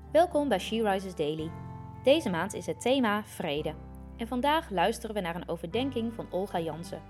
Welkom bij She Rises Daily. Deze maand is het thema vrede. En vandaag luisteren we naar een overdenking van Olga Jansen.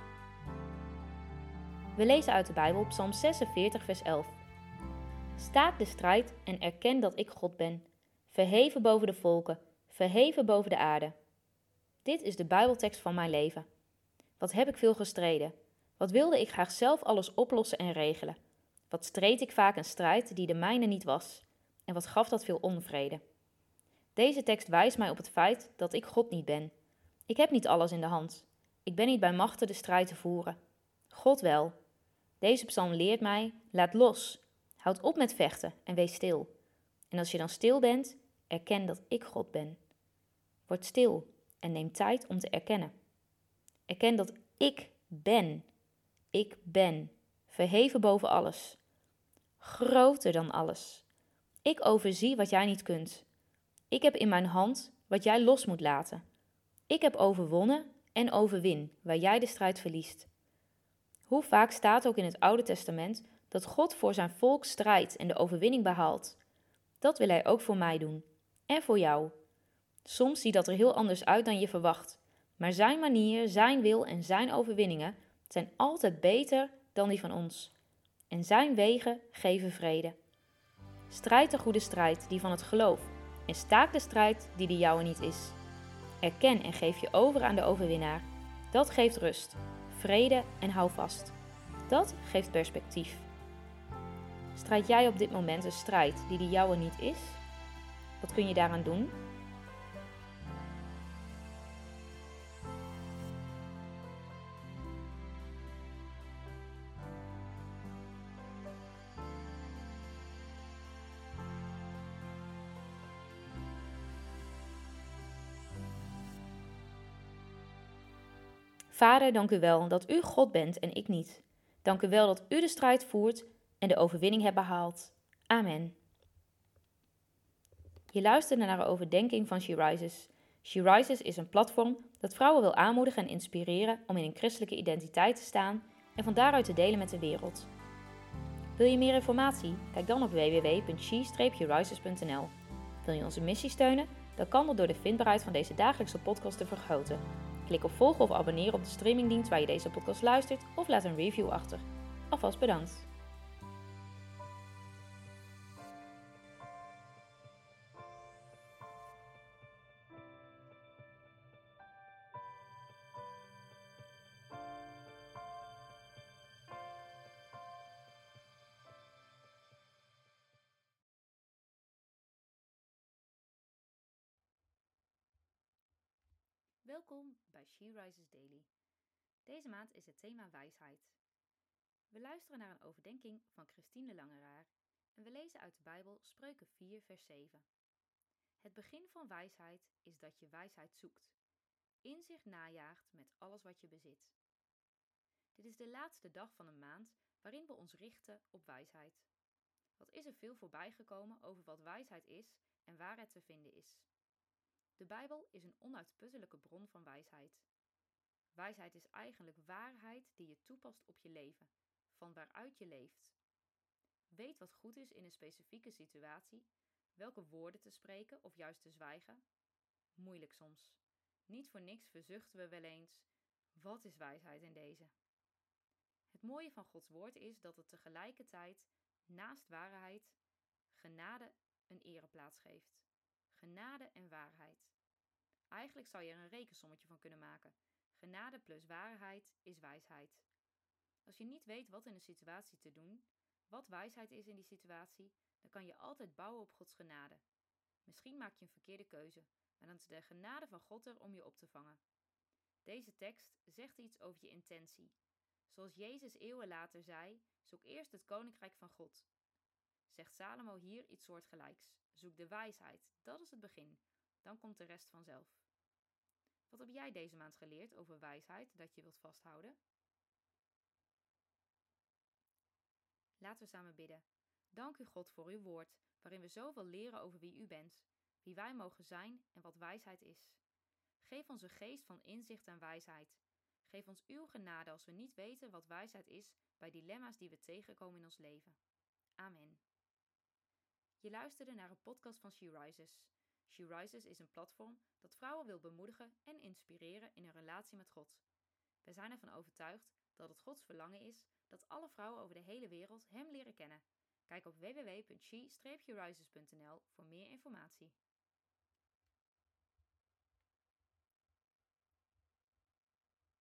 We lezen uit de Bijbel Psalm 46 vers 11. Staak de strijd en erken dat ik God ben. Verheven boven de volken, verheven boven de aarde. Dit is de Bijbeltekst van mijn leven. Wat heb ik veel gestreden? Wat wilde ik graag zelf alles oplossen en regelen? Wat streed ik vaak een strijd die de mijne niet was? En wat gaf dat veel onvrede? Deze tekst wijst mij op het feit dat ik God niet ben. Ik heb niet alles in de hand. Ik ben niet bij machte de strijd te voeren. God wel. Deze psalm leert mij, laat los. Houd op met vechten en wees stil. En als je dan stil bent, erken dat ik God ben. Word stil en neem tijd om te erkennen. Erken dat ik ben. Ik ben. Verheven boven alles. Groter dan alles. Ik overzie wat jij niet kunt. Ik heb in mijn hand wat jij los moet laten. Ik heb overwonnen en overwin waar jij de strijd verliest. Hoe vaak staat ook in het Oude Testament dat God voor zijn volk strijdt en de overwinning behaalt. Dat wil hij ook voor mij doen. En voor jou. Soms ziet dat er heel anders uit dan je verwacht. Maar zijn manier, zijn wil en zijn overwinningen zijn altijd beter dan die van ons. En zijn wegen geven vrede. Strijd de goede strijd, die van het geloof. En staak de strijd die de jouwe niet is. Erken en geef je over aan de overwinnaar. Dat geeft rust, vrede en hou vast. Dat geeft perspectief. Strijd jij op dit moment een strijd die de jouwe niet is? Wat kun je daaraan doen? Vader, dank u wel dat u God bent en ik niet. Dank u wel dat u de strijd voert en de overwinning hebt behaald. Amen. Je luisterde naar een overdenking van She Rises. She Rises is een platform dat vrouwen wil aanmoedigen en inspireren om in een christelijke identiteit te staan en van daaruit te delen met de wereld. Wil je meer informatie? Kijk dan op www.she-rises.nl. Wil je onze missie steunen? Dan kan dat door de vindbaarheid van deze dagelijkse podcast te vergroten. Klik op volgen of abonneren op de streamingdienst waar je deze podcast luistert of laat een review achter. Alvast bedankt. Welkom bij She Rises Daily. Deze maand is het thema wijsheid. We luisteren naar een overdenking van Christine de Langeraar en we lezen uit de Bijbel Spreuken 4 vers 7. Het begin van wijsheid is dat je wijsheid zoekt. Inzicht najaagt met alles wat je bezit. Dit is de laatste dag van een maand waarin we ons richten op wijsheid. Wat is er veel voorbij gekomen over wat wijsheid is en waar het te vinden is. De Bijbel is een onuitputtelijke bron van wijsheid. Wijsheid is eigenlijk waarheid die je toepast op je leven, van waaruit je leeft. Weet wat goed is in een specifieke situatie, welke woorden te spreken of juist te zwijgen. Moeilijk soms. Niet voor niks verzuchten we wel eens, wat is wijsheid in deze? Het mooie van Gods woord is dat het tegelijkertijd, naast waarheid, genade een ereplaats geeft. Genade en waarheid. Eigenlijk zou je er een rekensommetje van kunnen maken. Genade plus waarheid is wijsheid. Als je niet weet wat in een situatie te doen, wat wijsheid is in die situatie, dan kan je altijd bouwen op Gods genade. Misschien maak je een verkeerde keuze, maar dan is de genade van God er om je op te vangen. Deze tekst zegt iets over je intentie. Zoals Jezus eeuwen later zei, zoek eerst het koninkrijk van God. Zegt Salomo hier iets soortgelijks. Zoek de wijsheid, dat is het begin. Dan komt de rest vanzelf. Wat heb jij deze maand geleerd over wijsheid dat je wilt vasthouden? Laten we samen bidden. Dank u God voor uw woord, waarin we zoveel leren over wie u bent, wie wij mogen zijn en wat wijsheid is. Geef ons een geest van inzicht en wijsheid. Geef ons uw genade als we niet weten wat wijsheid is bij dilemma's die we tegenkomen in ons leven. Amen. Je luisterde naar een podcast van She Rises. She Rises is een platform dat vrouwen wil bemoedigen en inspireren in hun relatie met God. We zijn ervan overtuigd dat het Gods verlangen is dat alle vrouwen over de hele wereld Hem leren kennen. Kijk op www.she-rises.nl voor meer informatie.